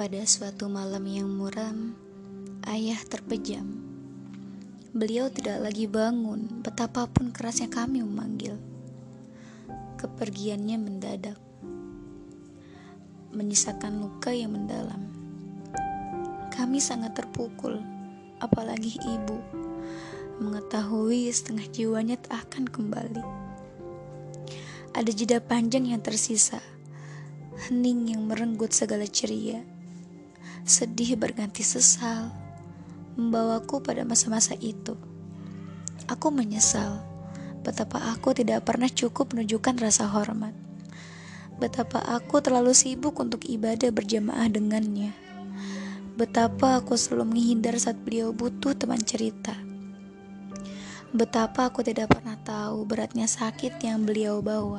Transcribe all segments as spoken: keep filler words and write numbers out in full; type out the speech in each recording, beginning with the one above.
Pada suatu malam yang muram, ayah terpejam. Beliau tidak lagi bangun, betapapun kerasnya kami memanggil. Kepergiannya mendadak, menyisakan luka yang mendalam. Kami sangat terpukul, apalagi ibu, mengetahui setengah jiwanya tak akan kembali. Ada jeda panjang yang tersisa, hening yang merenggut segala ceria. Sedih berganti sesal, membawaku pada masa-masa itu. Aku menyesal betapa aku tidak pernah cukup menunjukkan rasa hormat. Betapa aku terlalu sibuk untuk ibadah berjamaah dengannya. Betapa aku selalu menghindar saat beliau butuh teman cerita. Betapa aku tidak pernah tahu beratnya sakit yang beliau bawa.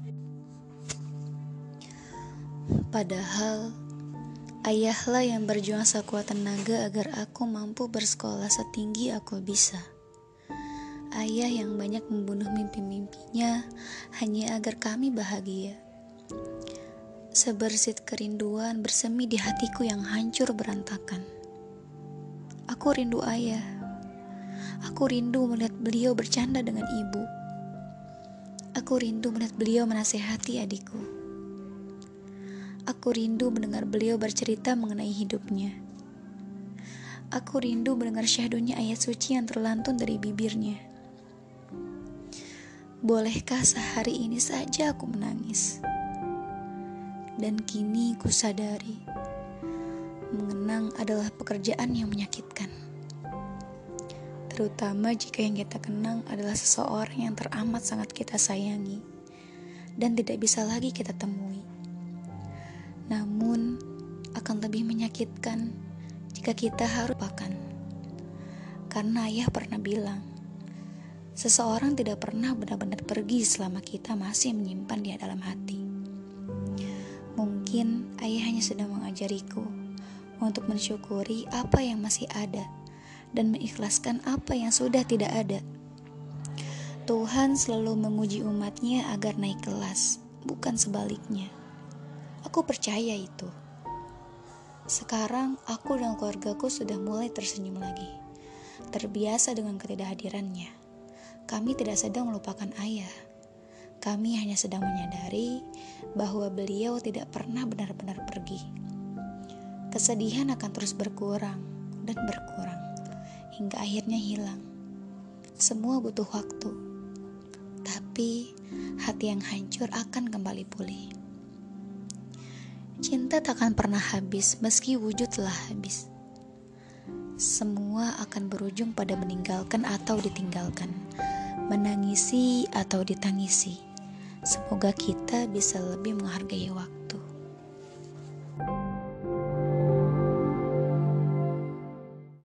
Padahal ayahlah yang berjuang sekuat tenaga agar aku mampu bersekolah setinggi aku bisa. Ayah yang banyak membunuh mimpi-mimpinya hanya agar kami bahagia. Sebersit kerinduan bersemi di hatiku yang hancur berantakan. Aku rindu ayah. Aku rindu melihat beliau bercanda dengan ibu. Aku rindu melihat beliau menasehati adikku. Aku rindu mendengar beliau bercerita mengenai hidupnya. Aku rindu mendengar syahdunya ayat suci yang terlantun dari bibirnya. Bolehkah sehari ini saja aku menangis? Dan kini ku sadari, mengenang adalah pekerjaan yang menyakitkan. Terutama jika yang kita kenang adalah seseorang yang teramat sangat kita sayangi dan tidak bisa lagi kita temui. Namun, akan lebih menyakitkan jika kita harus lupakan. Karena ayah pernah bilang, seseorang tidak pernah benar-benar pergi selama kita masih menyimpan dia dalam hati. Mungkin ayah hanya sedang mengajariku untuk mensyukuri apa yang masih ada dan mengikhlaskan apa yang sudah tidak ada. Tuhan selalu menguji umatnya agar naik kelas, bukan sebaliknya. Aku percaya itu. Sekarang aku dan keluargaku sudah mulai tersenyum lagi, terbiasa dengan ketidakhadirannya. Kami tidak sedang melupakan ayah. Kami hanya sedang menyadari bahwa beliau tidak pernah benar-benar pergi. Kesedihan akan terus berkurang dan berkurang hingga akhirnya hilang. Semua butuh waktu, tapi hati yang hancur akan kembali pulih. Cinta takkan pernah habis meski wujud telah habis. Semua akan berujung pada meninggalkan atau ditinggalkan, menangisi atau ditangisi. Semoga kita bisa lebih menghargai waktu.